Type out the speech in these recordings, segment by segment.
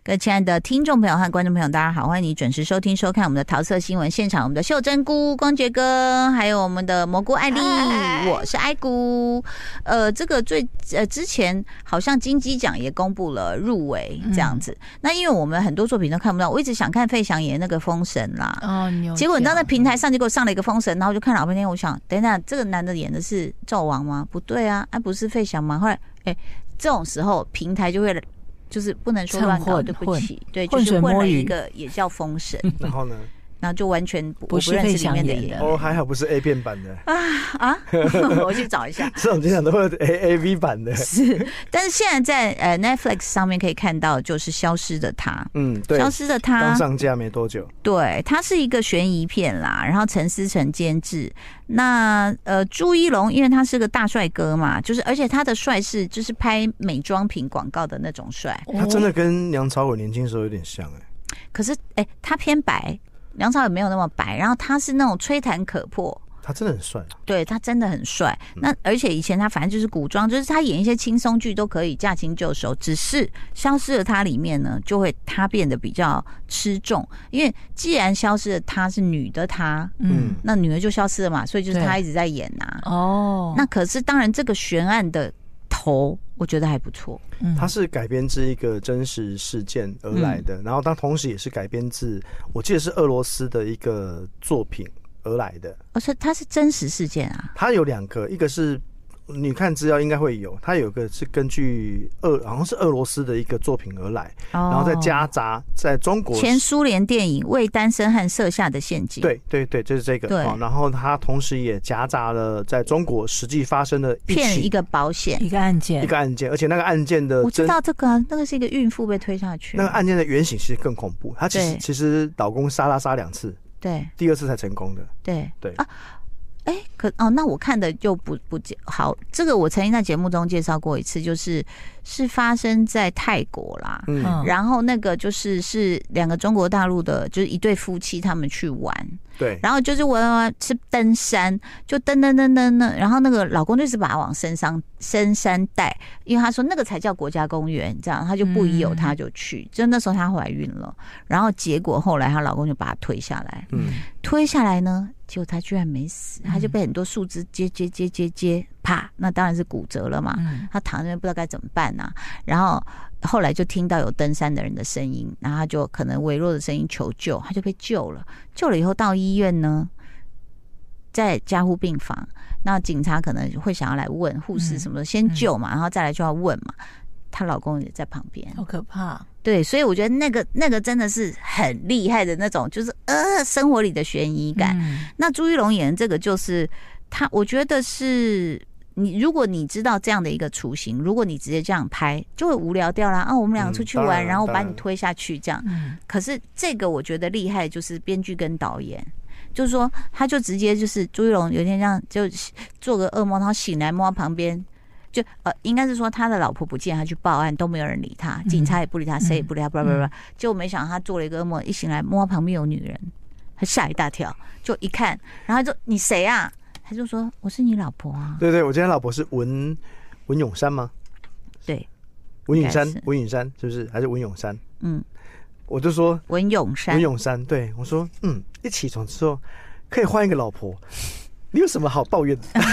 各位亲爱的听众朋友和观众朋友，大家好，欢迎你准时收听收看我们的桃色新闻现场，我们的秀珍菇、光觉哥，还有我们的蘑菇艾丽，我是艾菇。这个之前好像金鸡奖也公布了入围这样子。那因为我们很多作品都看不到，我一直想看费翔演那个封神啦，结果你到那平台上就给我上了一个封神，然后我就看了老半天，我想等一下这个男的演的是纣王吗？不对啊，不是费翔吗？后来这种时候平台就会。就是不能说乱搞，对不起，对，就是混了一个也叫封神， 然后呢？ 然后就完全不是认识里面的演员哦，还好不是 A 片版的我去找一下， 这种经常都会 AV 版的， 是，但是现在在Netflix 上面可以看到，就是《消失的他》， 对， 消失的他刚上架没多久， 对，它是一个悬疑片啦，然后陈思诚监制，那朱一龙因为他是个大帅哥嘛，就是而且他的帅是就是拍美妆品广告的那种帅， 他真的跟梁朝伟年轻时候有点像可是他偏白。梁朝伟没有那么白，然后他是那种吹弹可破， 他真的很帅对，他真的很帅。那而且以前他反正就是古装，就是他演一些轻松剧都可以驾轻就熟，只是消失了他里面呢，就会他变得比较吃重，因为既然消失了他是女的他，那女的就消失了嘛，所以就是他一直在演那可是当然这个悬案的头我觉得还不错， 它是改编自一个真实事件而来的，然后同时也是改编自我记得是俄罗斯的一个作品而来的。 所以它是真实事件啊？ 它有两个，一个是你看资料应该会有，它有个是根据好像是俄罗斯的一个作品而来，然后再夹杂在中国前苏联电影《为单身汉设下的陷阱》。 对，就是这个。然后它同时也夹杂了在中国实际发生的骗一个保险一个案件， 而且那个案件的我知道这个那个是一个孕妇被推下去， 那个案件的原型其实更恐怖，他其实老公杀2次， 对， 第2次才成功的， 对那我看的就不好。这个我曾经在节目中介绍过一次，是发生在泰国啦，然后那个是2个中国大陆的，就是一对夫妻他们去玩， 对， 然后就是玩是登山，就登，然后那个老公就是把他往深山带，因为他说那个才叫国家公园，这样他就不疑有他就去，就那时候她怀孕了，然后结果后来她老公就把她推下来，推下来呢。结果他居然没死，他就被很多树枝接，啪，那当然是骨折了嘛。他躺在那边不知道该怎么办啊。然后后来就听到有登山的人的声音，然后他就可能微弱的声音求救，他就被救了。救了以后到医院呢，在加护病房，那警察可能会想要来问护士什么的，先救嘛，然后再来就要问嘛。她老公也在旁边， 好可怕。 对，所以我觉得那个真的是很厉害的那种，就是生活里的悬疑感。那朱一龙演的这个就是他，我觉得是你，如果你知道这样的一个雏形，如果你直接这样拍，就会无聊掉啦。我们两个出去玩，然后把你推下去这样。可是这个我觉得厉害，就是编剧跟导演。就是说，他就直接就是朱一龙有点像就做个噩梦，然后醒来摸旁边。就应该是说他的老婆不见，他去报案都没有人理他，警察也不理他，谁也不理他，结果没想到他做了一个噩梦，一醒来摸旁边有女人，他吓一大跳，就一看，然后就你谁啊？他就说我是你老婆啊。 对，我今天老婆是文咏珊吗？ 对， 文咏珊是不是？还是文咏珊？我就说文咏珊， 对，我说一起床之后可以换一个老婆。你有什么好抱怨的？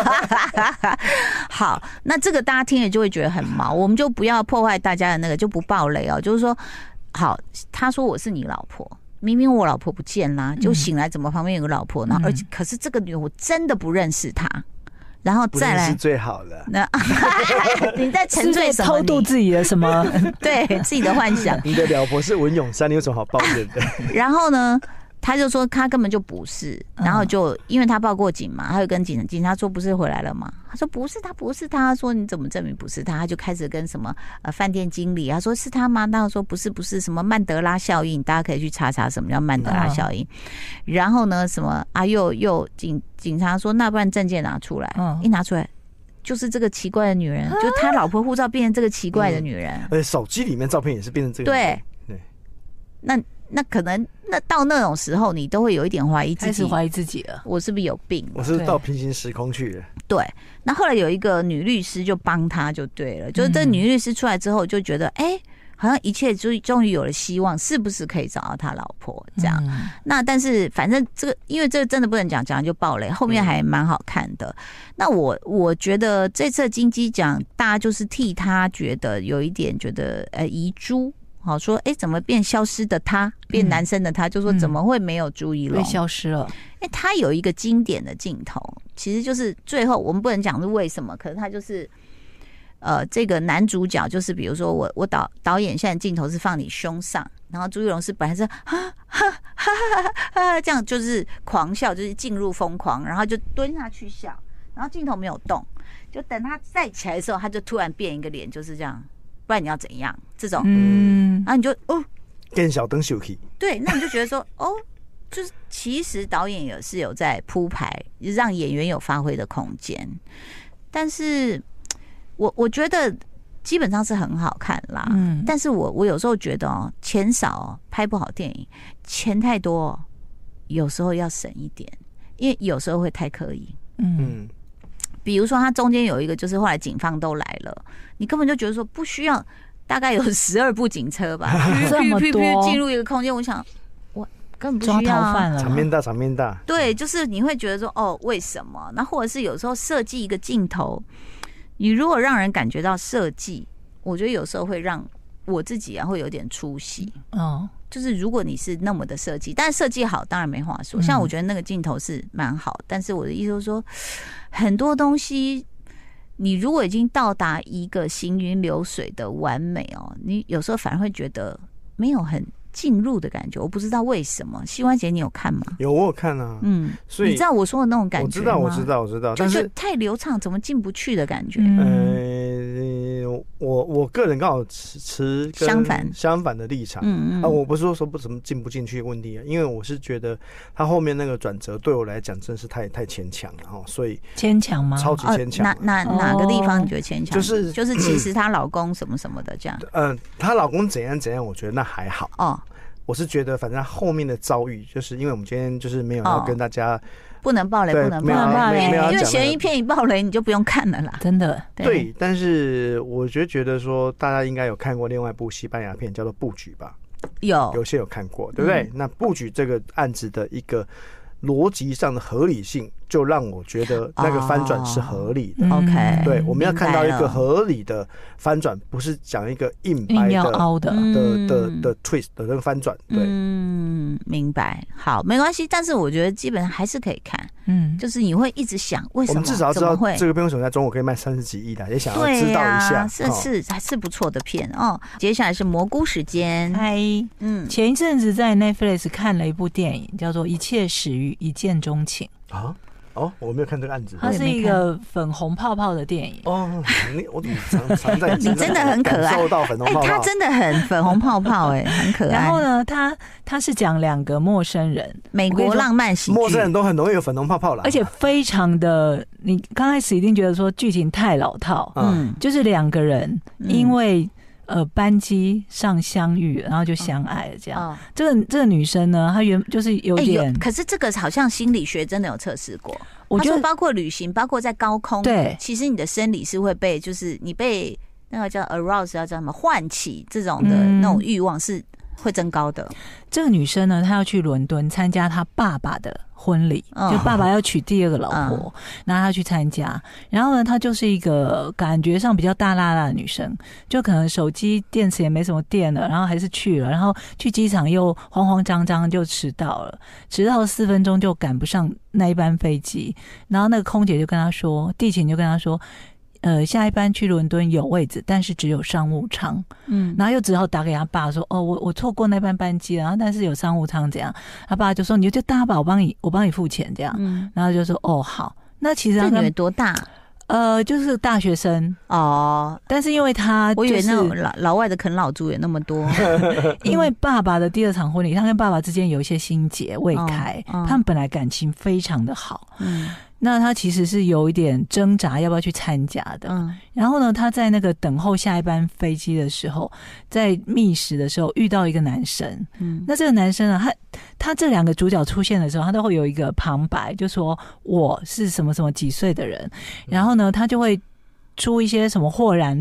好，那这个大家听了就会觉得很毛，我们就不要破坏大家的那个，就不爆雷哦。就是说，好，他说我是你老婆，明明我老婆不见啦，就醒来怎么旁边有个老婆呢？而且可是这个女人我真的不认识她，然后再来是最好的。 你在沉醉什么？ 偷渡自己的什么？ 对自己的幻想。 你的老婆是文咏珊，你有什么好抱怨的？ 然后呢？他就说他根本就不是，然后就因为他报过警嘛，他就跟警察说不是回来了吗？他说不是他，他说你怎么证明不是他？他就开始跟什么饭店经理，他说是他吗？他说不是什么曼德拉效应，大家可以去查查什么叫曼德拉效应。然后呢，什么又警察说那不然证件拿出来，一拿出来就是这个奇怪的女人，就他老婆护照变成这个奇怪的女人， 而且手机里面照片也是变成这个女人。对， 那可能到那种时候，你都会有一点怀疑自己， 开始怀疑自己了， 我是不是有病？ 我是到平行时空去了。 对，那后来有一个女律师就帮他就对了，就是这女律师出来之后就觉得， 好像一切终于有了希望，是不是可以找到他老婆这样？那但是反正这个，因为这个真的不能讲就爆雷，后面还蛮好看的。那我觉得这次金鸡奖，大家就是替他觉得有一点觉得遗珠。好说，怎么变消失的他，变男生的他，就说怎么会没有朱一龙？ 被消失了。 他有一个经典的镜头，其实就是最后我们不能讲是为什么，可是他就是这个男主角就是比如说我导演现在镜头是放你胸上，然后朱一龙是本来是哈哈哈哈这样就是狂笑，就是进入疯狂，然后就蹲下去笑，然后镜头没有动，就等他再起来的时候，他就突然变一个脸，就是这样。不然你要怎样？这种，然后你就变小灯秀气，对， 那你就觉得说，就是其实导演也是有在铺排，让演员有发挥的空间。但是我觉得基本上是很好看啦，但是我有时候觉得钱少拍不好电影，钱太多有时候要省一点，因为有时候会太刻意，比如说，他中间有一个，就是后来警方都来了，你根本就觉得说不需要，大概有12部警车吧， 这么多进入一个空间，我想我根本不需要抓逃犯了， 场面大， 对，就是你会觉得说为什么？那或者是有时候设计一个镜头，你如果让人感觉到设计，我觉得有时候会让我自己会有点出戏就是如果你是那么的设计，但是设计好当然没话说。像我觉得那个镜头是蛮好，但是我的意思就是说，很多东西你如果已经到达一个行云流水的完美你有时候反而会觉得没有很进入的感觉。我不知道为什么。希湾姐，你有看吗？ 有，我有看啊。所以你知道我说的那种感觉吗？ 我知道，但是太流畅，怎么进不去的感觉？ 我个人刚好持相反的立场。我不是说不怎么进不进去的问题因为我是觉得他后面那个转折对我来讲真是太牵强了所以牵强吗？ 超级牵强。 哪个地方你觉得牵强？ 就是其实她老公什么什么的这样。 她老公怎样，我觉得那还好我是觉得反正后面的遭遇，就是因为我们今天就是没有要跟大家。 不能爆雷，不能爆雷，因为悬疑片一爆雷你就不用看了啦， 真的。 对，但是我觉得说大家应该有看过另外一部西班牙片叫做《布局》吧？有些有看过，对不对？那布局这个案子的一个逻辑上的合理性，就让我觉得那个翻转是合理的。 OK， 对，我们要看到一个合理的翻转，不是讲一个硬掰要凹的 twist 的那个翻转。对， 明白。好，没关系。但是我觉得基本上还是可以看。就是你会一直想为什么？ 我们至少知道这个片为什么在中国可以卖30几亿的，也想要知道一下。 还是不错的片接下来是蘑菇时间。 前一阵子在 Netflix 看了一部电影，叫做《一切始于一见钟情》 我没有看这个案子。 它是一个粉红泡泡的电影我怎么常在你真的很可爱， 收到粉红泡泡。 它真的很粉红泡泡很可爱。 然后呢，它是讲2个陌生人， 美国浪漫喜剧， 陌生人都很容易有粉红泡泡啦， 而且非常的，你刚开始一定觉得说剧情太老套，就是2个人因为班机上相遇，然后就相爱了这样。这个女生呢，她就是有点， 可是这个好像心理学真的有测试过。 我觉得包括旅行，包括在高空， 对， 其实你的生理是会被，就是你被那个叫 arouse， 要叫什么唤起这种的那种欲望是会增高的。 这个女生呢，她要去伦敦参加她爸爸的婚礼，就爸爸要娶第2个老婆，然后她去参加。然后呢，她就是一个感觉上比较大剌剌的女生，就可能手机电池也没什么电了，然后还是去了，然后去机场又慌慌张张就迟到了4分钟就赶不上那一班飞机。然后那个空姐就跟她说，地勤就跟她说，下一班去伦敦有位置，但是只有商务舱。然后又只好打给他爸说，我错过那班班机了，然后但是有商务舱这样。他爸就说你就搭吧，我帮你付钱这样。然后就说好。那其实他这女多大？ 就是大学生但是因为他我以为那种老外的啃老族也那么多。 因为爸爸的第2场婚礼，他跟爸爸之间有一些心结未开，他们本来感情非常的好。那他其实是有一点挣扎要不要去参加的。然后呢，他在那个等候下一班飞机的时候，在觅食的时候遇到一个男生。那这个男生呢，他这2个主角出现的时候，他都会有一个旁白，就说我是什么什么几岁的人。然后呢，他就会出一些什么豁然率，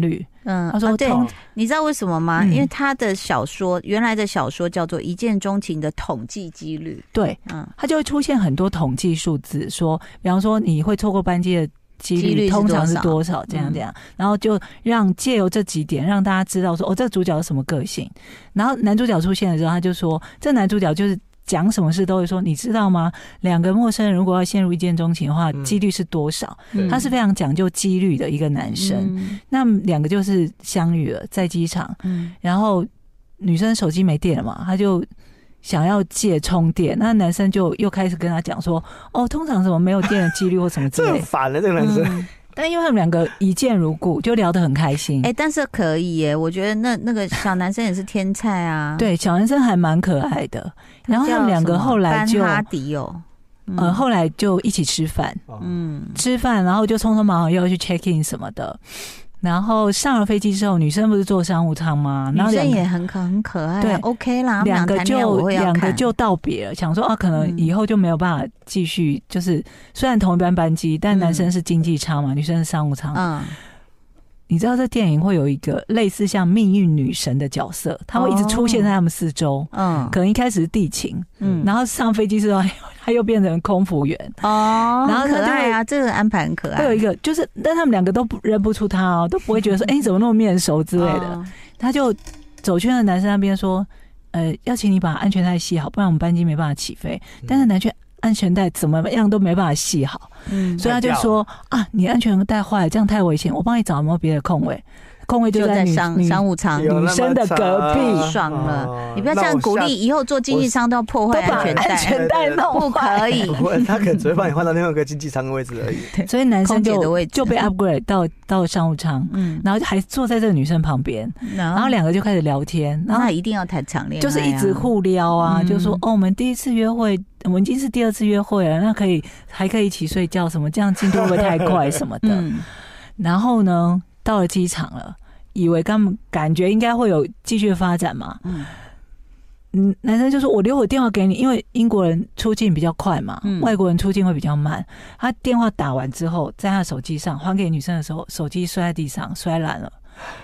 他说对，你知道为什么吗？因为他的小说原来的小说叫做《一见钟情的统计几率》， 对，他就会出现很多统计数字，说，比方说你会错过班机的几率通常是多少，这样，然后就让借由这几点让大家知道说，这个主角是什么个性。然后男主角出现的时候，他就说，这男主角就是讲什么事都会说，你知道吗？两个陌生人如果要陷入一见钟情的话，几率是多少？他是非常讲究几率的一个男生。那两个就是相遇了，在机场，然后女生手机没电了嘛，他就想要借充电，那男生就又开始跟他讲说，通常什么没有电的几率或什么之类的， 这很烦的这个男生。 但因为他们两个一见如故，就聊得很开心。 但是可以耶，我觉得那个小男生也是天才啊。 对，小男生还蛮可爱的。然后他们两个后来就班哈迪后来就一起吃饭，吃饭，然后就匆匆忙忙又要去 check in 什么的。然后上了飞机之后，女生不是坐商务舱吗？ 女生也很可爱，对 ，OK 啦。两个就道别了，想说可能以后就没有办法继续，就是虽然同一班机，但男生是经济舱嘛，女生是商务舱。你知道这电影会有一个类似像命运女神的角色，她会一直出现在他们四周。可能一开始是地勤，然后上飞机之后，他又变成空服员。然后可爱啊，这个安排很可爱。 会有一个就是，但他们两个都认不出他都不会觉得说，你怎么那么面熟之类的。他就走去那个男生那边说，要请你把安全带系好，不然我们班机没办法起飞。但是男生安全带怎么样都没办法系好，所以他就说你安全带坏了，这样太危险，我帮你找有没有别的空位。空位就在商务舱女生的隔壁， 爽了！你不要这样鼓励，以后坐经济舱都要破坏安全带弄不可以。 他可能只会帮你换到另外一个经济舱的位置而已。 所以男生就被 upgrade 到商务舱，然后还坐在这个女生旁边，然后两个就开始聊天，然后他一定要谈长恋爱， 就是一直互撩啊，就说我们第一次约会，我们已经是第二次约会了，那还可以一起睡觉什么，这样进度会不会太快什么的？然后呢？到了机场了，以为他们感觉应该会有继续发展嘛。男生就说：“我留我电话给你，因为英国人出境比较快嘛，外国人出境会比较慢。”他电话打完之后，在他手机上还给女生的时候，手机摔在地上，摔烂了。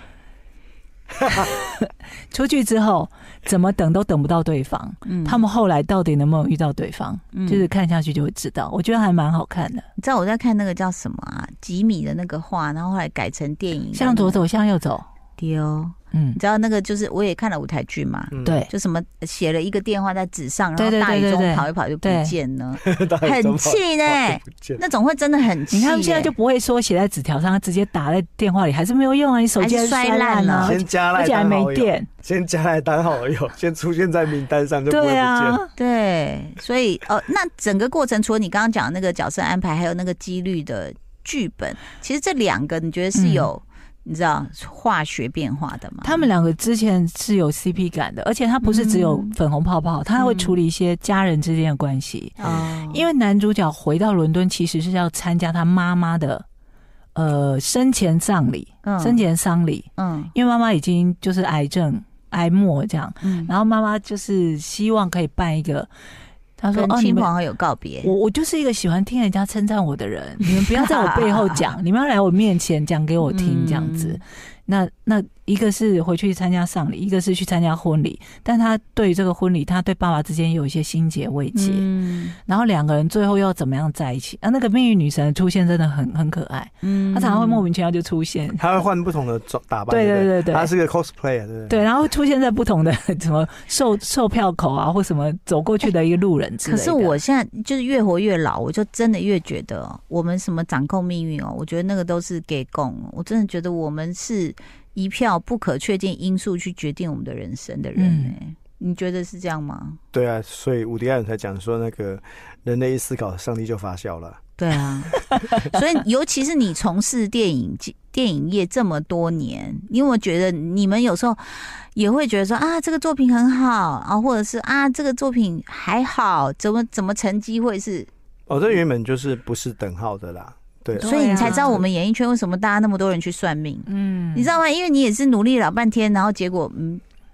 出去之后怎么等都等不到对方，他们后来到底能不能遇到对方，就是看下去就会知道。我觉得还蛮好看的。 你知道我在看那个叫什么吉米的那个画，然后后来改成电影， 向左走，向右走。 丢。你知道那个就是我也看了舞台剧嘛， 对， 就什么写了一个电话在纸上，然后大雨中跑一跑就不见了，很气呢。那种会真的很气。 你看现在就不会说写在纸条上，直接打在电话里，还是没有用啊，你手机还摔烂了， 先加来， 而且还没电， 先加来当好友，先出现在名单上就不会不见。 对，所以那整个过程除了你刚刚讲的那个角色安排，还有那个几率的剧本，其实这两个你觉得是有？你知道化学变化的吗？ 他们两个之前是有 CP 感的，而且他不是只有粉红泡泡，他还会处理一些家人之间的关系。因为男主角回到伦敦其实是要参加他妈妈的生前葬礼，生前丧礼。因为妈妈已经就是癌症癌末这样，然后妈妈就是希望可以办一个。他说：“ 跟亲朋好友告别。 我就是一个喜欢听人家称赞我的人，你们不要在我背后讲，你们要来我面前讲给我听，这样子。那一个是回去参加丧礼，一个是去参加婚礼。但他对于这个婚礼，他对爸爸之间有一些心结未解。然后两个人最后又要怎么样在一起？那个命运女神的出现真的很可爱。她常常会莫名其妙就出现， 她会换不同的打扮。 对， 她是个 cosplayer， 对。 对，然后出现在不同的什么售票口啊，或什么走过去的一个路人之类的。 可是我现在就是越活越老，我就真的越觉得我们什么掌控命运我觉得那个都是给供。我真的觉得我们是一票不可确定因素去决定我们的人生的人你觉得是这样吗？ 对啊，所以伍迪·艾伦才讲说，那个人类一思考，上帝就发笑了。 对啊，所以尤其是你从事电影业这么多年，你有没有觉得你们有时候也会觉得说这个作品很好或者是这个作品还好，怎么成绩会是？ 这原本就是不是等号的啦。对， 所以你才知道我们演艺圈为什么大家那么多人去算命，你知道吗？因为你也是努力了老半天，然后结果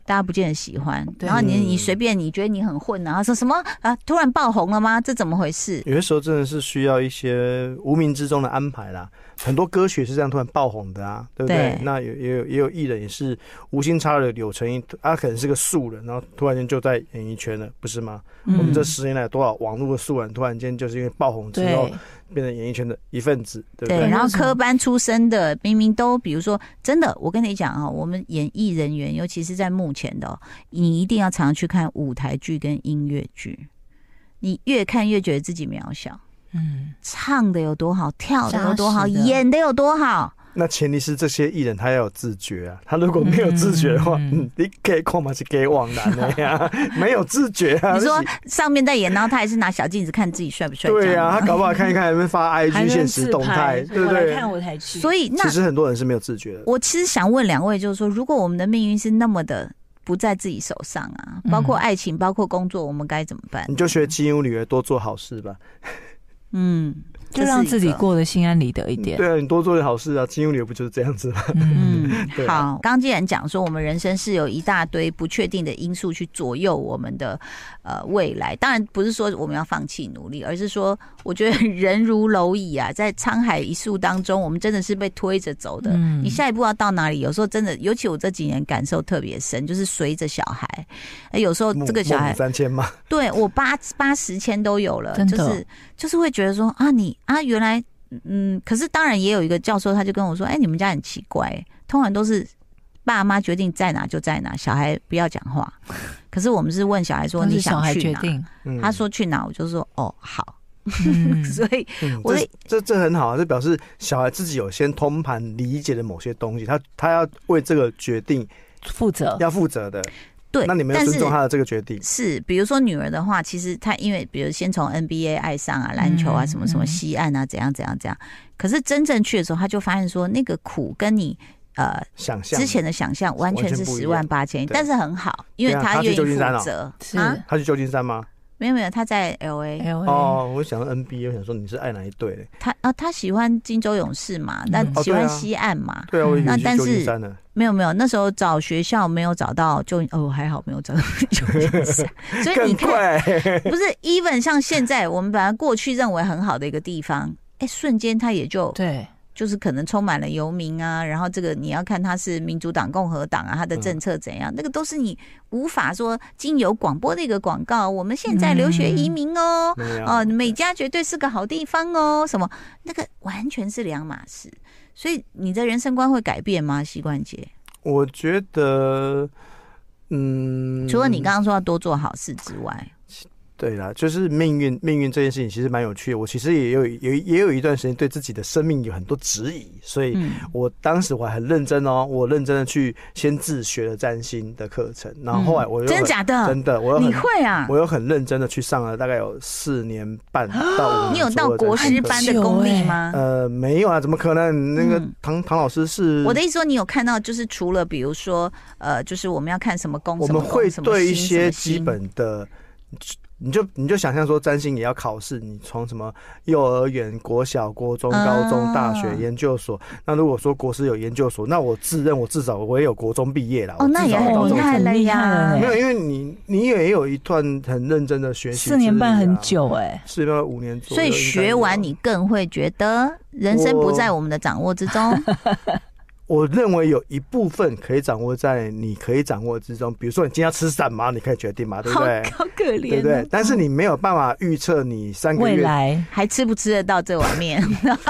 大家不见得喜欢。然后你随便你觉得你很混，然后说什么啊，突然爆红了吗？这怎么回事？ 有些时候真的是需要一些无名之中的安排啦。很多歌曲是这样突然爆红的啊，对不对？那也有艺人也是无心插柳柳成荫，他可能是个素人，然后突然间就在演艺圈了，不是吗？我们这10年来多少网络的素人，突然间就是因为爆红之后变成演艺圈的一份子，对不对？ 对，然后科班出身的明明都，比如说真的，我跟你讲啊，我们演艺人员，尤其是在目前的，你一定要常常去看舞台剧跟音乐剧，你越看越觉得自己渺小。唱的有多好，跳的有多好，演的有多好。 那前提是这些艺人他要有自觉啊，他如果没有自觉的话，你可以看嘛是给往南的呀，没有自觉啊。 你说上面在演，然后他还是拿小镜子看自己帅不帅？ 对啊，他搞不好看一看，还会发 IG 现实动态，对不对？ 看我才去。 所以其实很多人是没有自觉的。 我其实想问2位，就是说，如果我们的命运是那么的不在自己手上啊，包括爱情，包括工作，我们该怎么办？ 你就学金屋女儿，多做好事吧。 就让自己过得心安理得一点。 对啊，你多做点好事啊，金屋女儿不就是这样子吗？ 好，刚既然讲说我们人生是有一大堆不确定的因素去左右我们的未来，当然不是说我们要放弃努力，而是说我觉得人如蝼蚁啊，在沧海一粟当中，我们真的是被推着走的。你下一步要到哪里？有时候真的，尤其我这几年感受特别深，就是随着小孩，有时候这个小孩 3000嘛， 对我8-10千都有了，就是会觉得说啊，你啊原来可是当然也有一个教授他就跟我说，你们家很奇怪，通常都是爸妈决定在哪就在哪，小孩不要讲话。可是我们是问小孩说你想去哪，他说去哪，我就说哦好。所以这很好啊，这表示小孩自己有先通盘理解的某些东西，他要为这个决定要负责的。 对， 那你们要尊重他的这个决定。 是，比如说女儿的话，其实她因为比如先从 NBA 爱上啊，篮球啊，什么什么西岸啊，怎样。可是真正去的时候，她就发现说，那个苦跟你想象之前的想象完全是10万8千，但是很好，因为她愿意负责。 他去旧金山吗？ 没有，他在 LA。 哦，我想到 NBA， 我想说你是爱哪一队嘞？ 他喜欢金州勇士嘛，那喜欢西岸嘛。 对啊，我以为去旧金山了。 没有，那时候找学校没有找到，还好没有找到旧金山。所以你看，不是 even 像现在我们本来过去认为很好的一个地方，瞬间它也就对。 就是可能充满了游民啊，然后这个你要看他是民主党、共和党啊，他的政策怎样，那个都是你无法说经由广播的一个广告。我们现在留学移民哦，美加绝对是个好地方哦，什么那个完全是两码事。所以你的人生观会改变吗？膝关节？ 我觉得， 除了你刚刚说要多做好事之外。 对啦，就是命运这件事情其实蛮有趣的。我其实也有一段时间对自己的生命有很多质疑，所以我当时我还很认真哦，我认真的去先自学了占星的课程，然后后来我又真的假的？ 真的， 你会啊？ 我有很认真的去上了大概有4年半到5年。 你有到国师班的功力吗？ 没有啊，怎么可能？那个唐老师是我的意思说，你有看到就是除了比如说就是我们要看什么宫， 我们会对一些基本的。你就想象说占星也要考试，你从什么幼儿园、国小、国中、高中、大学、研究所。那如果说国师有研究所，那我自认我至少我也有国中毕业啦。 那也很厉害了呀。 没有，因为你也有一段很认真的学习。 4年半很久 4年半5年左右。 所以学完你更会觉得人生不在我们的掌握之中。 我认为有一部分可以掌握在你可以掌握之中，比如说你今天要吃什么，你可以决定嘛，对不对？ 好可怜， 对不对？但是你没有办法预测你3个月未来还吃不吃得到这碗面。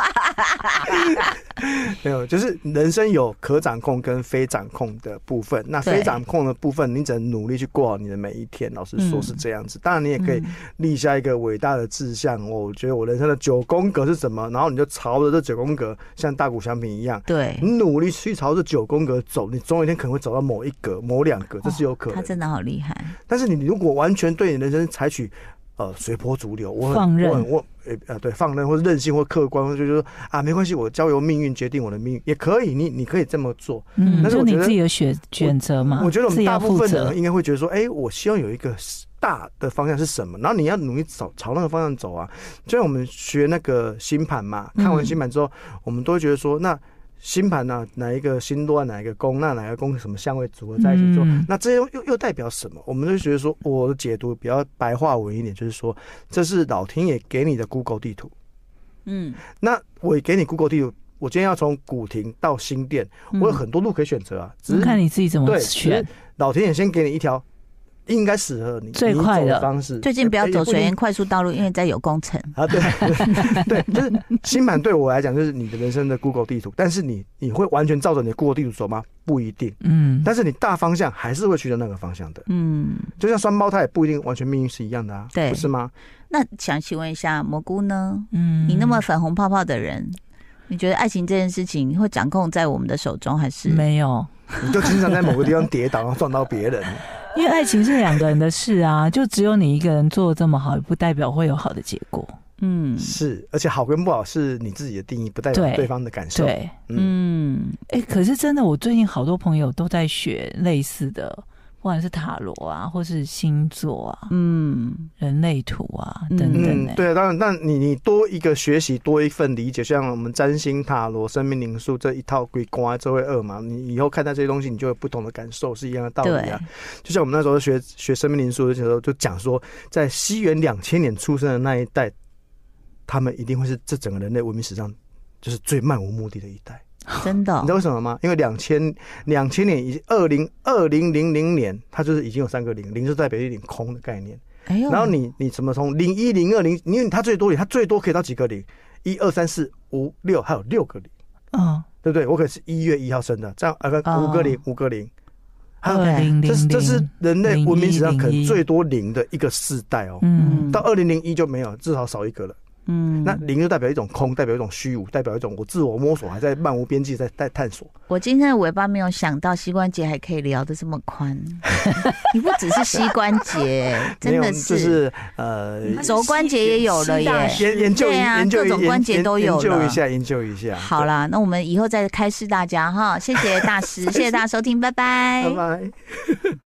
没有，就是人生有可掌控跟非掌控的部分。那非掌控的部分，你只能努力去过好你的每一天。老实说是这样子。当然，你也可以立下一个伟大的志向。我觉得我人生的9宫格是什么，然后你就朝着这9宫格，像大谷翔平一样， 对， 你努力去朝着9宫格走，你总有一天可能会走到某1格、某2格，这是有可能。 他真的好厉害。 但是你如果完全对你人生采取随波逐流， 放任， 对，放任或者任性或客观，或者就是说啊，没关系，我交由命运决定我的命运，也可以，你可以这么做。但是我觉得你自己的选择嘛。 我觉得我们大部分的人应该会觉得说，我希望有一个大的方向是什么，然后你要努力朝那个方向走啊。就像我们学那个星盘嘛，看完星盘之后，我们都会觉得说，那星盘啊，哪一个星落哪一个宫，那哪个宫什么相位组合在一起做，那这又代表什么？我们就觉得说，我的解读比较白话文一点，就是说，这是老天爷给你的 Google 地图。那我也给你 Google 地图，我今天要从古亭到新店，我有很多路可以选择啊，只是看你自己怎么选。 老天爷先给你一条应该适合你最快的方式。 最近不要走水源快速道路，因为在有工程啊。对对，就是星盘对我来讲就是你的人生的 Google 地图，但是你会完全照着你的 Google 地图走吗？不一定。但是你大方向还是会去到那个方向的。就像双胞胎也不一定完全命运是一样的啊，对，不是吗？ 那想请问一下蘑菇呢？你那么粉红泡泡的人，你觉得爱情这件事情会掌控在我们的手中，还是没有？ 你就经常在某个地方跌倒，然后撞到别人。 因为爱情是2个人的事啊，就只有你一个人做得这么好，也不代表会有好的结果。 是，而且好跟不好是你自己的定义，不代表对方的感受。 对，可是真的，我最近好多朋友都在学类似的，不管是塔罗啊，或是星座啊，人类图啊等等。 对，当然，但你多一个学习，多一份理解，像我们占星、塔罗、生命灵数这一套规划，这会2嘛，你以后看待这些东西，你就有不同的感受，是一样的道理啊。就像我们那时候学生命灵数的时候，就讲说，在西元2000年出生的那一代，他们一定会是这整个人类文明史上就是最漫无目的的一代。 真的， 你知道为什么吗？因为2000年以2000年，它就是已经有3个零，零就代表一点空的概念。然后你怎么从01、02、0，因为它最多可以到几个零？1、2、3、4、5、6，还有6个零。对不对？我可是1月1号生的，这样5个零，5个零。这是人类文明史上可能最多零的一个世代哦。到2001就没有，至少少1个了。那零就代表一种空，代表一种虚无，代表一种我自我摸索，还在漫无边际在探索。 我今天的尾巴没有想到膝关节还可以聊得这么宽，你不只是膝关节，真的是就是肘关节也有了耶， 研究各种关节都有了， 研究一下。 好啦，那我们以后再开示大家哈，谢谢大师，谢谢大家收听，拜拜， 拜拜。